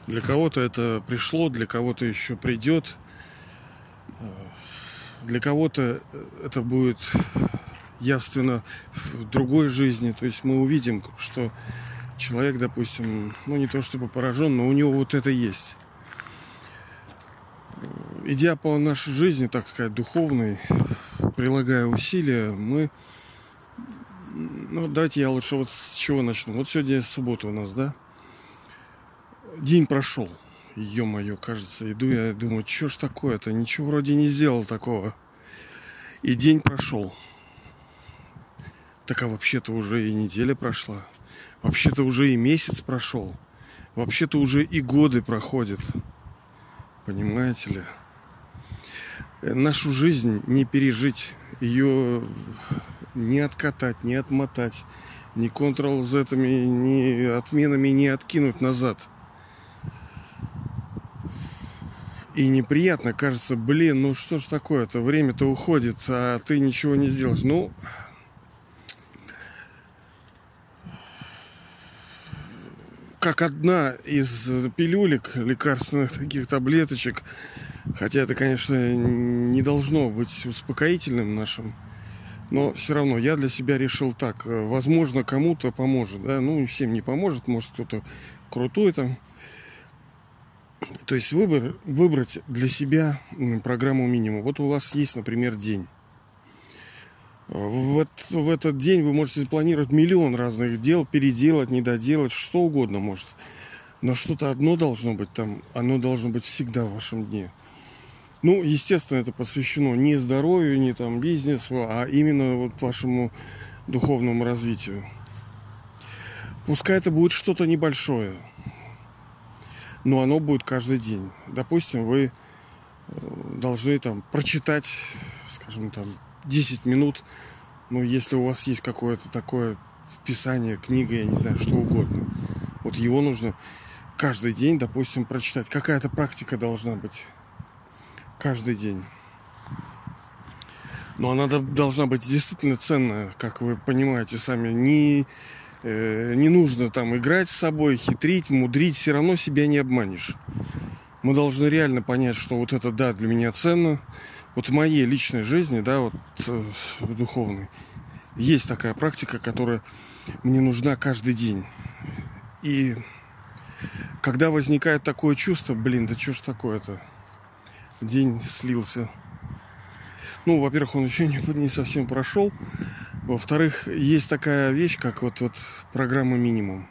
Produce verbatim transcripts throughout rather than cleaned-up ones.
Для кого-то это пришло, для кого-то еще придет. Для кого-то это будет явственно в другой жизни. То есть мы увидим, что человек, допустим, ну не то чтобы поражен, но у него вот это есть. Идя по нашей жизни, так сказать, духовной, прилагая усилия, мы... Ну, давайте я лучше вот с чего начну. Вот сегодня суббота у нас, да? День прошел. Ё-моё, кажется, иду я думаю, что ж такое-то? Ничего вроде не сделал такого. И день прошел. Так а вообще-то уже и неделя прошла. Вообще-то уже и месяц прошел. Вообще-то уже и годы проходят. Понимаете ли? Нашу жизнь не пережить. Ее не откатать, не отмотать. Ни контрол-зетами, ни отменами не откинуть назад. И неприятно, кажется, блин, ну что ж такое-то, время-то уходит, а ты ничего не сделаешь. Ну, как одна из пилюлек, лекарственных таких таблеточек, хотя это, конечно, не должно быть успокоительным нашим, но все равно я для себя решил так, возможно, кому-то поможет, да, ну, всем не поможет, может, кто-то крутой там. То есть выбор, выбрать для себя программу минимум. Вот у вас есть, например, день. В, в этот день вы можете запланировать миллион разных дел, переделать, недоделать, что угодно может. Но что-то одно должно быть там, оно должно быть всегда в вашем дне. Ну, естественно, это посвящено не здоровью, не там бизнесу, а именно вот вашему духовному развитию. Пускай это будет что-то небольшое. Но оно будет каждый день. Допустим, вы должны там прочитать, скажем, там десять минут. Ну, если у вас есть какое-то такое писание, книга, я не знаю, что угодно. Вот его нужно каждый день, допустим, прочитать. Какая-то практика должна быть каждый день. Но она должна быть действительно ценная, как вы понимаете сами. Не... Не нужно там играть с собой, хитрить, мудрить, все равно себя не обманешь. Мы должны реально понять, что вот это, да, для меня ценно. Вот в моей личной жизни, да, вот в духовной, есть такая практика, которая мне нужна каждый день. И когда возникает такое чувство, блин, да что ж такое-то, день слился. Ну, во-первых, он еще не, не совсем прошел. Во-вторых, есть такая вещь, как вот, вот программа минимум.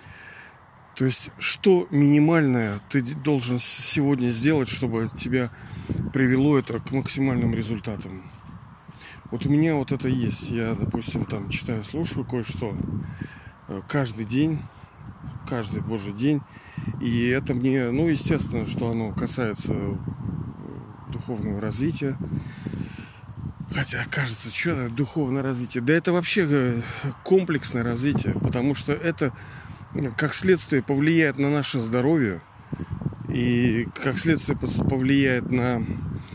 То есть, что минимальное ты должен сегодня сделать, чтобы тебя привело это к максимальным результатам. Вот у меня вот это есть. Я, допустим, там читаю, слушаю кое-что каждый день, каждый божий день. И это мне, ну, естественно, что оно касается духовного развития. Хотя, кажется, что духовное развитие? Да это вообще комплексное развитие, потому что это, как следствие, повлияет на наше здоровье и, как следствие, повлияет на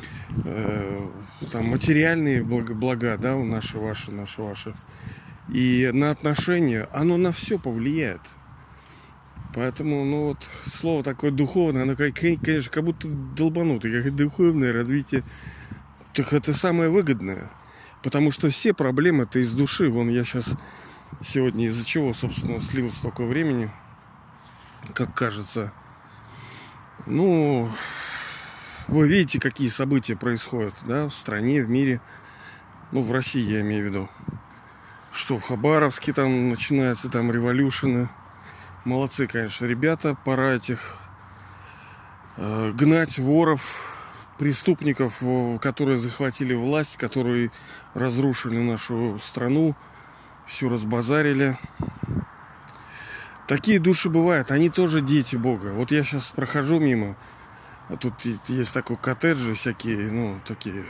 э, там, материальные блага, блага, да, наши, ваши, наши, ваши, и на отношения. Оно на все повлияет. Поэтому, ну вот, слово такое духовное, оно, конечно, как будто долбанутое, как духовное развитие. Так это самое выгодное. Потому что все проблемы-то из души. Вон я сейчас сегодня из-за чего, собственно, слил столько времени, как кажется. Ну, вы видите, какие события происходят, да, в стране, в мире. Ну, в России я имею в виду. Что в Хабаровске там начинаются там революшены. Молодцы, конечно, ребята. Пора этих э, гнать воров, преступников, которые захватили власть, которые разрушили нашу страну, все разбазарили. Такие души бывают, они тоже дети Бога. Вот я сейчас прохожу мимо, а тут есть такой коттеджи всякие, ну, такие.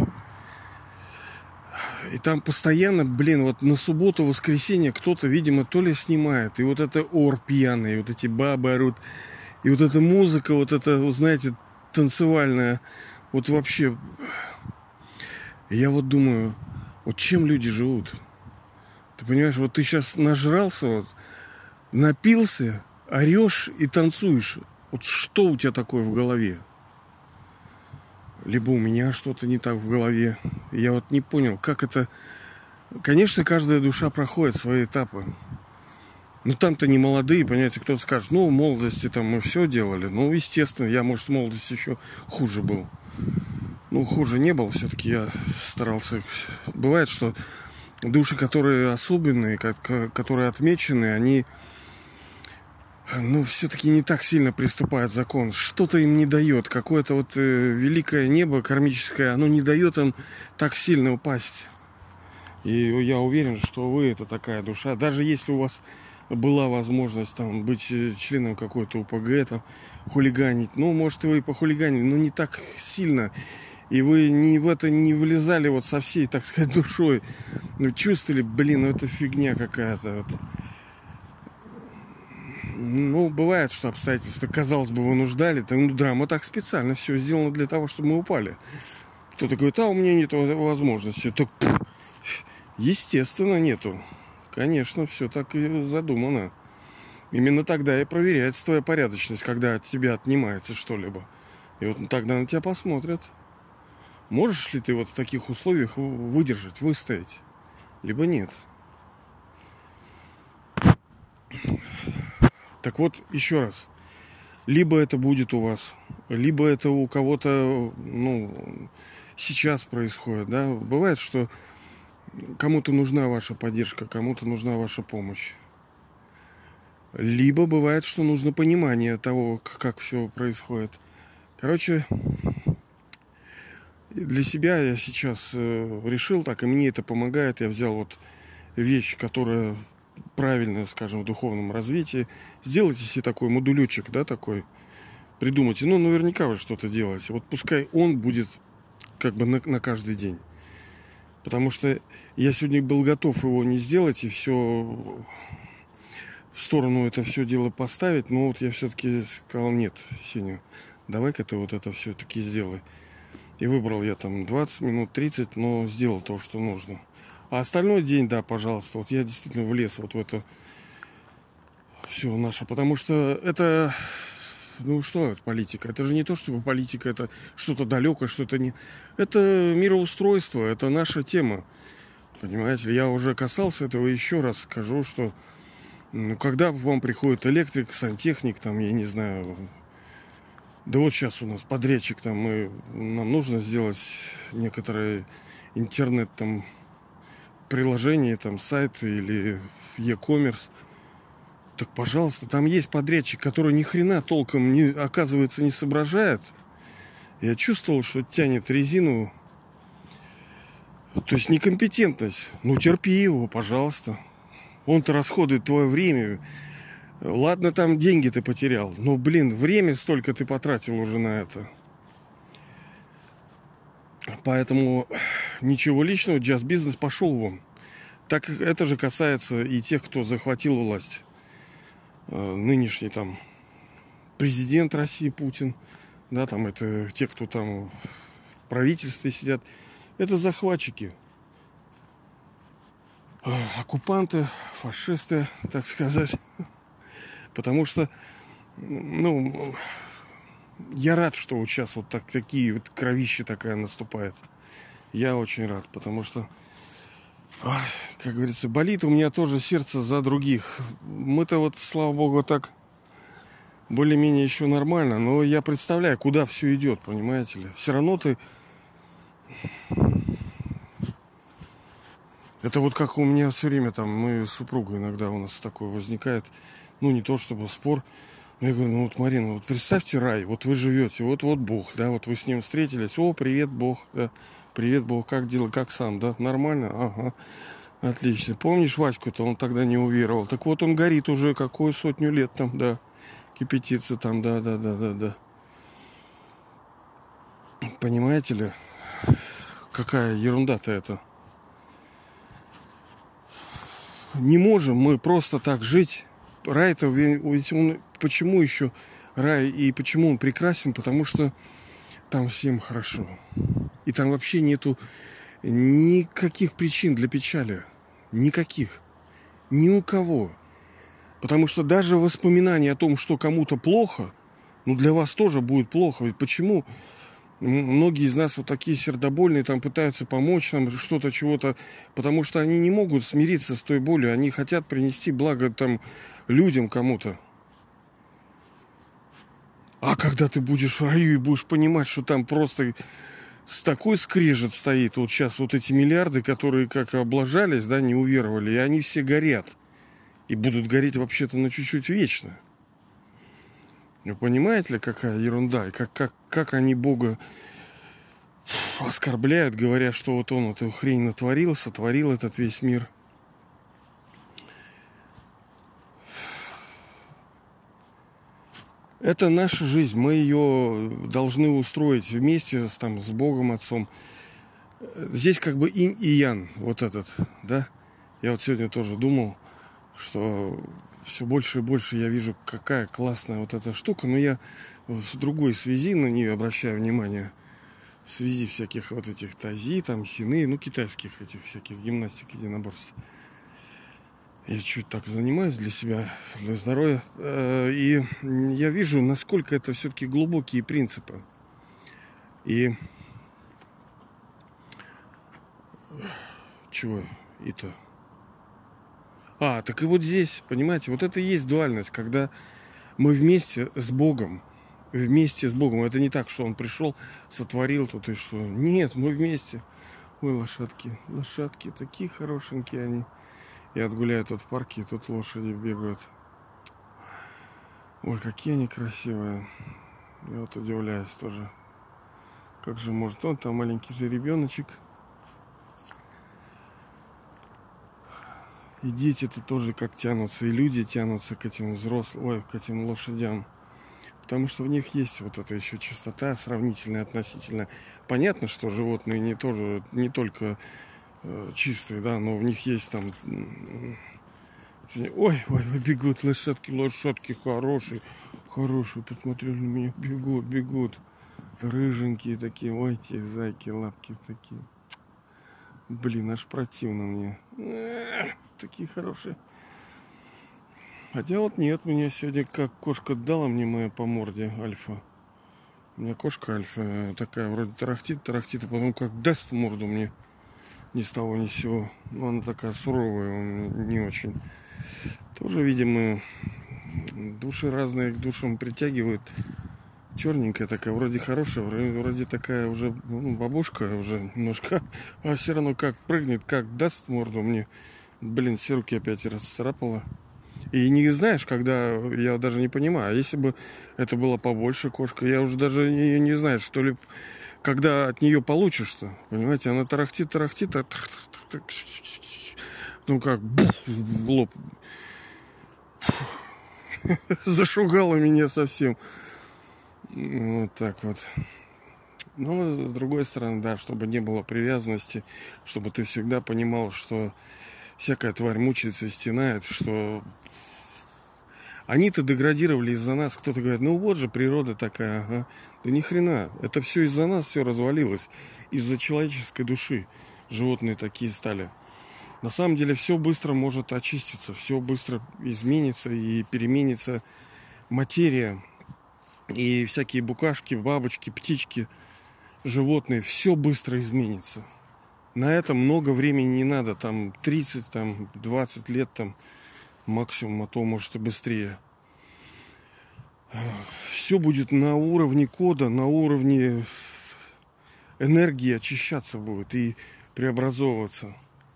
И там постоянно, блин, вот на субботу, воскресенье кто-то, видимо, то ли снимает. И вот это ор пьяный, вот эти бабы орут. И вот эта музыка, вот это, вы знаете, танцевальная, вот вообще, я вот думаю, вот чем люди живут? Ты понимаешь, вот ты сейчас нажрался, вот, напился, орешь и танцуешь. Вот что у тебя такое в голове? Либо у меня что-то не так в голове. Я вот не понял, как это... Конечно, каждая душа проходит свои этапы. Но там-то не молодые, понимаете, кто-то скажет, ну, в молодости там мы все делали. Ну, естественно, я, может, в молодости еще хуже был. Ну, хуже не был, все-таки я старался. Бывает, что души, которые особенные, которые отмечены, они, ну, все-таки не так сильно приступают закон. Что-то им не дает. Какое-то вот э, великое небо кармическое, оно не дает им так сильно упасть. И я уверен, что вы это такая душа. Даже если у вас была возможность там быть членом какой-то УПГ, там, хулиганить, ну, может, вы и похулиганили, но не так сильно. И вы не в это не влезали вот со всей, так сказать, душой. Ну, чувствовали, блин, ну это фигня какая-то. Вот. Ну, бывает, что обстоятельства, казалось бы, вынуждали. Так, ну, драма так специально все сделано для того, чтобы мы упали. Кто-то говорит, а у меня нет возможности. Так, естественно, нету. Конечно, все так и задумано. Именно тогда и проверяется твоя порядочность, когда от тебя отнимается что-либо. И вот тогда на тебя посмотрят. Можешь ли ты вот в таких условиях выдержать, выстоять? Либо нет. Так вот, еще раз. Либо это будет у вас, либо это у кого-то, ну, сейчас происходит, да. Бывает, что кому-то нужна ваша поддержка, кому-то нужна ваша помощь. Либо бывает, что нужно понимание того, как все происходит. Короче, для себя я сейчас э, решил так, и мне это помогает. Я взял вот вещь, которая правильная, скажем, в духовном развитии. Сделайте себе такой модулечек, да, такой. Придумайте. Ну, наверняка вы что-то делаете. Вот пускай он будет как бы на, на каждый день. Потому что я сегодня был готов его не сделать и все в сторону это все дело поставить. Но вот я все-таки сказал, нет, Сеня, давай-ка ты вот это все-таки сделай. И выбрал я там двадцать минут, тридцать, но сделал то, что нужно. А остальной день, да, пожалуйста, вот я действительно влез вот в это все наше. Потому что это, ну что это политика? Это же не то, чтобы политика, это что-то далекое, что-то не... Это мироустройство, это наша тема. Понимаете, я уже касался этого, еще раз скажу, что ну, когда вам приходит электрик, сантехник, там, я не знаю... Да вот сейчас у нас подрядчик, там мы, нам нужно сделать некоторые интернет там приложения, там сайты или e-commerce. Так, пожалуйста, там есть подрядчик, который ни хрена толком не, оказывается, не соображает. Я чувствовал, что тянет резину. То есть некомпетентность. Ну, терпи его, пожалуйста. Он-то расходует твое время. Ладно, там деньги ты потерял, но, блин, время столько ты потратил уже на это. Поэтому ничего личного, джаз-бизнес пошел вон. Так это же касается и тех, кто захватил власть. Нынешний там президент России Путин, да, там это те, кто там в правительстве сидят. Это захватчики. Оккупанты, фашисты, так сказать. Потому что, ну, я рад, что вот сейчас вот так, такие вот кровища такая наступает. Я очень рад, потому что, ой, как говорится, болит у меня тоже сердце за других. Мы-то вот, слава богу, так более-менее еще нормально, но я представляю, куда все идет, понимаете ли. Все равно ты... Это вот как у меня все время там, мы с супругой иногда у нас такое возникает. Ну, не то чтобы спор. Но я говорю, ну вот, Марина, вот представьте рай, вот вы живете, вот-вот Бог, да, вот вы с ним встретились. О, привет, Бог, да, привет, Бог, как дела, как сам, да, нормально? Ага, отлично. Помнишь Ваську-то, он тогда не уверовал. Так вот он горит уже какую сотню лет там, да, кипятится там, да, да, да, да, да. Понимаете ли, какая ерунда-то это? Не можем мы просто так жить. Рай-то, ведь он, почему еще рай и почему он прекрасен? Потому что там всем хорошо. И там вообще нету никаких причин для печали. Никаких. Ни у кого. Потому что даже воспоминание о том, что кому-то плохо, Ну, для вас тоже будет плохо. Ведь почему многие из нас вот такие сердобольные, там пытаются помочь нам, что-то, чего-то, потому что они не могут смириться с той болью, они хотят принести благо там людям, кому-то. А когда ты будешь в раю и будешь понимать, что там просто с такой скрежет стоит, вот сейчас вот эти миллиарды, которые как облажались, да, не уверовали, и они все горят. И будут гореть вообще-то на чуть-чуть вечно. Вы понимаете ли, какая ерунда? И как, как, как они Бога оскорбляют, говоря, что вот он эту хрень натворил, сотворил этот весь мир. Это наша жизнь, мы ее должны устроить вместе с, там, с Богом Отцом. Здесь как бы инь и ян, вот этот, да. Я вот сегодня тоже думал, что все больше и больше я вижу, какая классная вот эта штука, но я в другой связи на нее обращаю внимание. В связи всяких вот этих тази, там, сины, ну, китайских этих всяких гимнастик, единоборств. Я чуть так занимаюсь для себя, для здоровья. И я вижу, насколько это все-таки глубокие принципы. И чего это? А, так и вот здесь, понимаете, вот это и есть дуальность, когда мы вместе с Богом, вместе с Богом. Это не так, что Он пришел, сотворил тут и что. Нет, мы вместе. Ой, лошадки, лошадки, такие хорошенькие они. Я отгуляю тут в парке, и тут лошади бегают. Ой, какие они красивые. Я вот удивляюсь тоже. Как же может он, там маленький же ребеночек. И дети-то тоже как тянутся, и люди тянутся к этим взрослым, ой, к этим лошадям. Потому что в них есть вот эта еще чистота сравнительная, относительно. Понятно, что животные не тоже, не только э, чистые, да, но в них есть там... Ой, ой, ой, бегут лошадки, лошадки хорошие, хорошие, посмотрели на меня, бегут, бегут. Рыженькие такие, ой, те зайки, лапки такие. Блин, аж противно мне. Эх, такие хорошие. Хотя вот нет, меня сегодня как кошка дала мне моя по морде, Альфа. У меня кошка Альфа такая, вроде тарахтит, тарахтит, а потом как даст морду мне ни с того ни с сего. Но она такая суровая, не очень. Тоже, видимо, души разные к душам притягивают. Черненькая такая, вроде хорошая, вроде такая уже, ну, бабушка уже немножко, а все равно как прыгнет, как даст морду мне. Блин, все руки опять расцарапала. И не знаешь, когда, я даже не понимаю, а если бы это была побольше кошка, я уже даже не, не знаю, что ли, когда от нее получишь-то, понимаете, она тарахтит, тарахтит, а ну как, в лоб. Зашугала меня совсем. Вот так вот. Но с другой стороны, да, чтобы не было привязанности, чтобы ты всегда понимал, что всякая тварь мучается, стенает, что они-то деградировали из-за нас. Кто-то говорит, ну вот же природа такая, ага. Да ни хрена, это все из-за нас все развалилось, из-за человеческой души животные такие стали. На самом деле все быстро может очиститься, все быстро изменится и переменится материя. И всякие букашки, бабочки, птички, животные, все быстро изменится. На это много времени не надо, там тридцать, там двадцать лет там максимум, а то может и быстрее. Все будет на уровне кода, на уровне энергии очищаться будет и преобразовываться.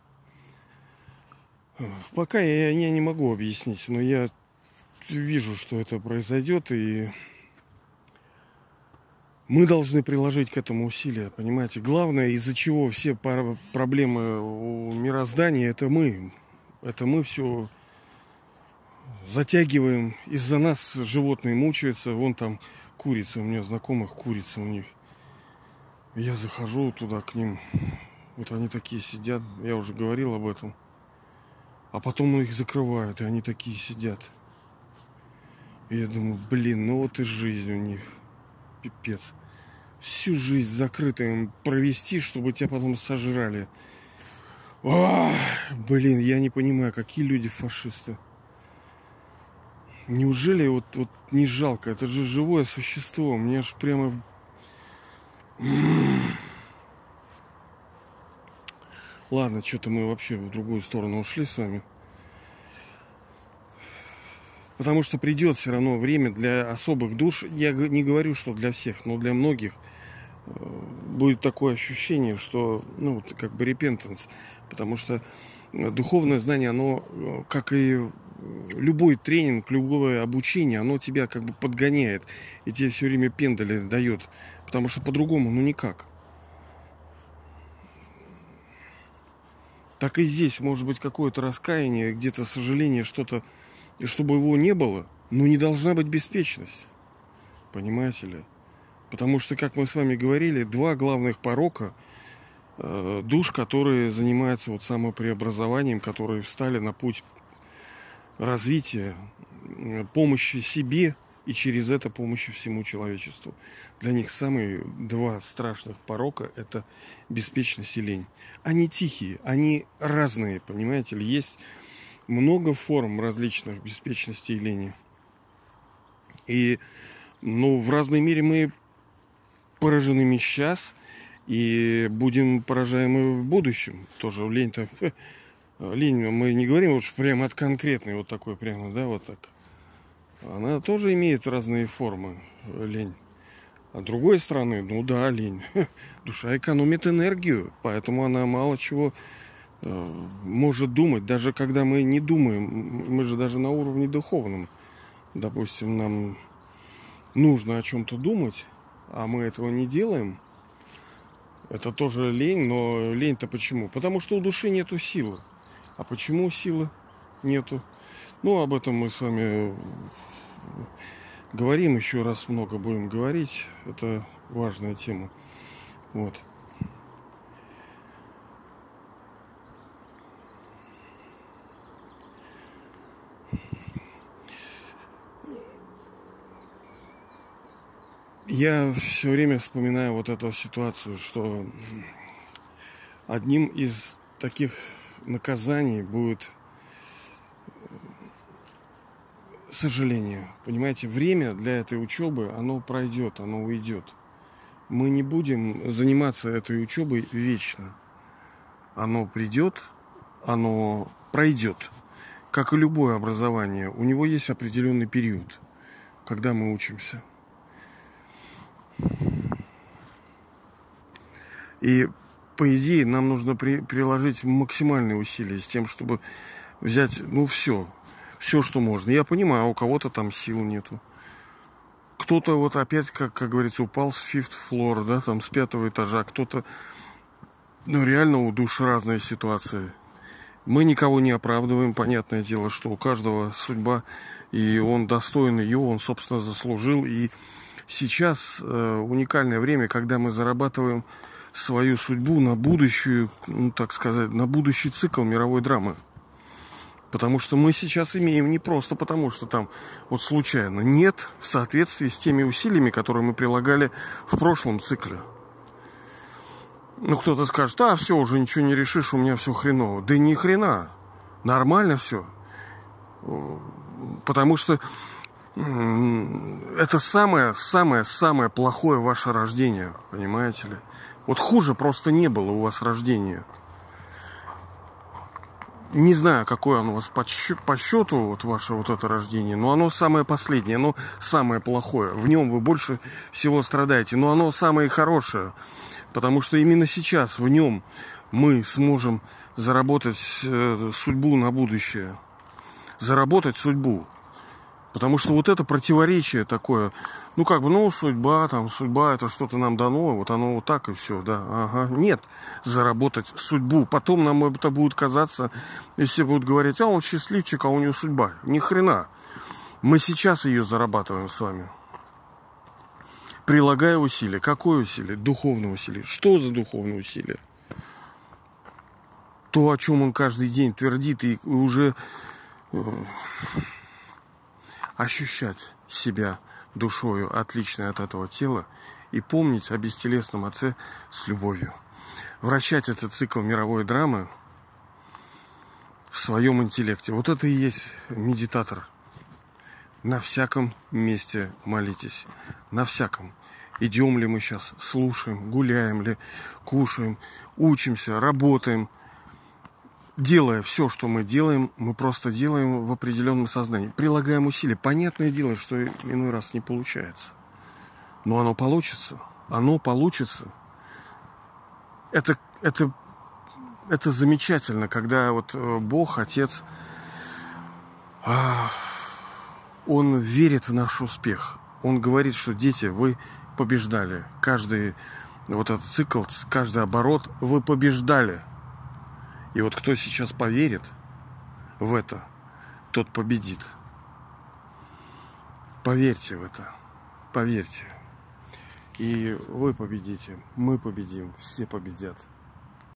Пока я, я не могу объяснить, но я вижу, что это произойдет, и мы должны приложить к этому усилия, понимаете? Главное, из-за чего все проблемы у мироздания, это мы. Это мы все затягиваем. Из-за нас животные мучаются. Вон там курица, у меня знакомых курица у них. Я захожу туда к ним. Вот они такие сидят. Я уже говорил об этом. А потом их закрывают, и они такие сидят. И я думаю, блин, ну вот и жизнь у них. Пипец. Всю жизнь закрытым провести, чтобы тебя потом сожрали. Ох, блин, я не понимаю, какие люди фашисты. Неужели вот, вот не жалко? Это же живое существо. Мне аж прямо... Ладно, что-то мы вообще в другую сторону ушли с вами. Потому что придет все равно время для особых душ. Я не говорю, что для всех, но для многих будет такое ощущение, что, ну, вот как бы репентанс. Потому что духовное знание, оно, как и любой тренинг, любое обучение, оно тебя как бы подгоняет. И тебе все время пендали дает. Потому что по-другому, ну, никак. Так и здесь может быть какое-то раскаяние, где-то сожаление, что-то, и чтобы его не было, но не должна быть беспечность. Понимаете ли? Потому что, как мы с вами говорили, два главных порока э, душ, которые занимаются вот самопреобразованием, которые встали на путь развития, э, помощи себе и через это помощи всему человечеству. Для них самые два страшных порока – это беспечность и лень. Они тихие, они разные, понимаете ли? Есть много форм различных беспечности и лени. И, ну, в разной мере мы поражены сейчас и будем поражаемы в будущем. Тоже лень-то... Лень, мы не говорим уж прямо от конкретной вот такой прямо, да, вот так. Она тоже имеет разные формы, лень. А с другой стороны, ну да, лень. Душа экономит энергию, поэтому она мало чего э, может думать. Даже когда мы не думаем, мы же даже на уровне духовном, допустим, нам нужно о чем-то думать, а мы этого не делаем. Это тоже лень, но лень-то почему? Потому что у души нету силы. А почему силы нету? Ну, об этом мы с вами говорим, еще раз много будем говорить. Это важная тема. Вот. Я все время вспоминаю вот эту ситуацию, что одним из таких наказаний будет сожаление. Понимаете, время для этой учебы, оно пройдет, оно уйдет. Мы не будем заниматься этой учебой вечно. Оно придет, оно пройдет. Как и любое образование, у него есть определенный период, когда мы учимся. И, по идее, нам нужно при, приложить максимальные усилия с тем, чтобы взять, ну, все, все, что можно. Я понимаю, у кого-то там сил нету. Кто-то вот опять, как, как говорится, упал с fifth floor, да, там с пятого этажа. Кто-то, ну, реально у душ разные ситуации. Мы никого не оправдываем, понятное дело, что у каждого судьба, и он достоин ее, он, собственно, заслужил. И сейчас э, уникальное время, когда мы зарабатываем свою судьбу на будущую, ну, так сказать, на будущий цикл мировой драмы. Потому что мы сейчас имеем не просто потому, что там вот случайно. Нет, в соответствии с теми усилиями, которые мы прилагали в прошлом цикле. Ну, кто-то скажет, а, все, уже ничего не решишь, у меня все хреново. Да ни хрена. Нормально все. Потому что это самое-самое-самое плохое ваше рождение, понимаете ли? Вот хуже просто не было у вас рождения. Не знаю, какое оно у вас по счету, по счету вот ваше вот это рождение, но оно самое последнее, оно самое плохое. В нем вы больше всего страдаете, но оно самое хорошее. Потому что именно сейчас в нем мы сможем заработать судьбу на будущее. Заработать судьбу. Потому что вот это противоречие такое, ну как бы, ну судьба, там, судьба, это что-то нам дано, вот оно вот так и все, да, ага. Нет, заработать судьбу. Потом нам это будет казаться, и все будут говорить, а он счастливчик, а у него судьба. Ни хрена. Мы сейчас ее зарабатываем с вами. Прилагая усилия. Какое усилие? Духовное усилие. Что за духовное усилие? То, о чем он каждый день твердит, и уже... ощущать себя душою, отличной от этого тела, и помнить о бестелесном Отце с любовью. Вращать этот цикл мировой драмы в своем интеллекте. Вот это и есть медитатор. На всяком месте молитесь. На всяком. Идем ли мы сейчас, слушаем, гуляем ли, кушаем, учимся, работаем. Делая все, что мы делаем, мы просто делаем в определенном сознании. Прилагаем усилия. Понятное дело, что иной раз не получается. Но оно получится. Оно получится. Это, это, это замечательно, когда вот Бог, Отец, Он верит в наш успех. Он говорит, что дети, вы побеждали. Каждый вот этот цикл, каждый оборот вы побеждали. И вот кто сейчас поверит в это, тот победит. Поверьте в это. Поверьте. И вы победите, мы победим, все победят.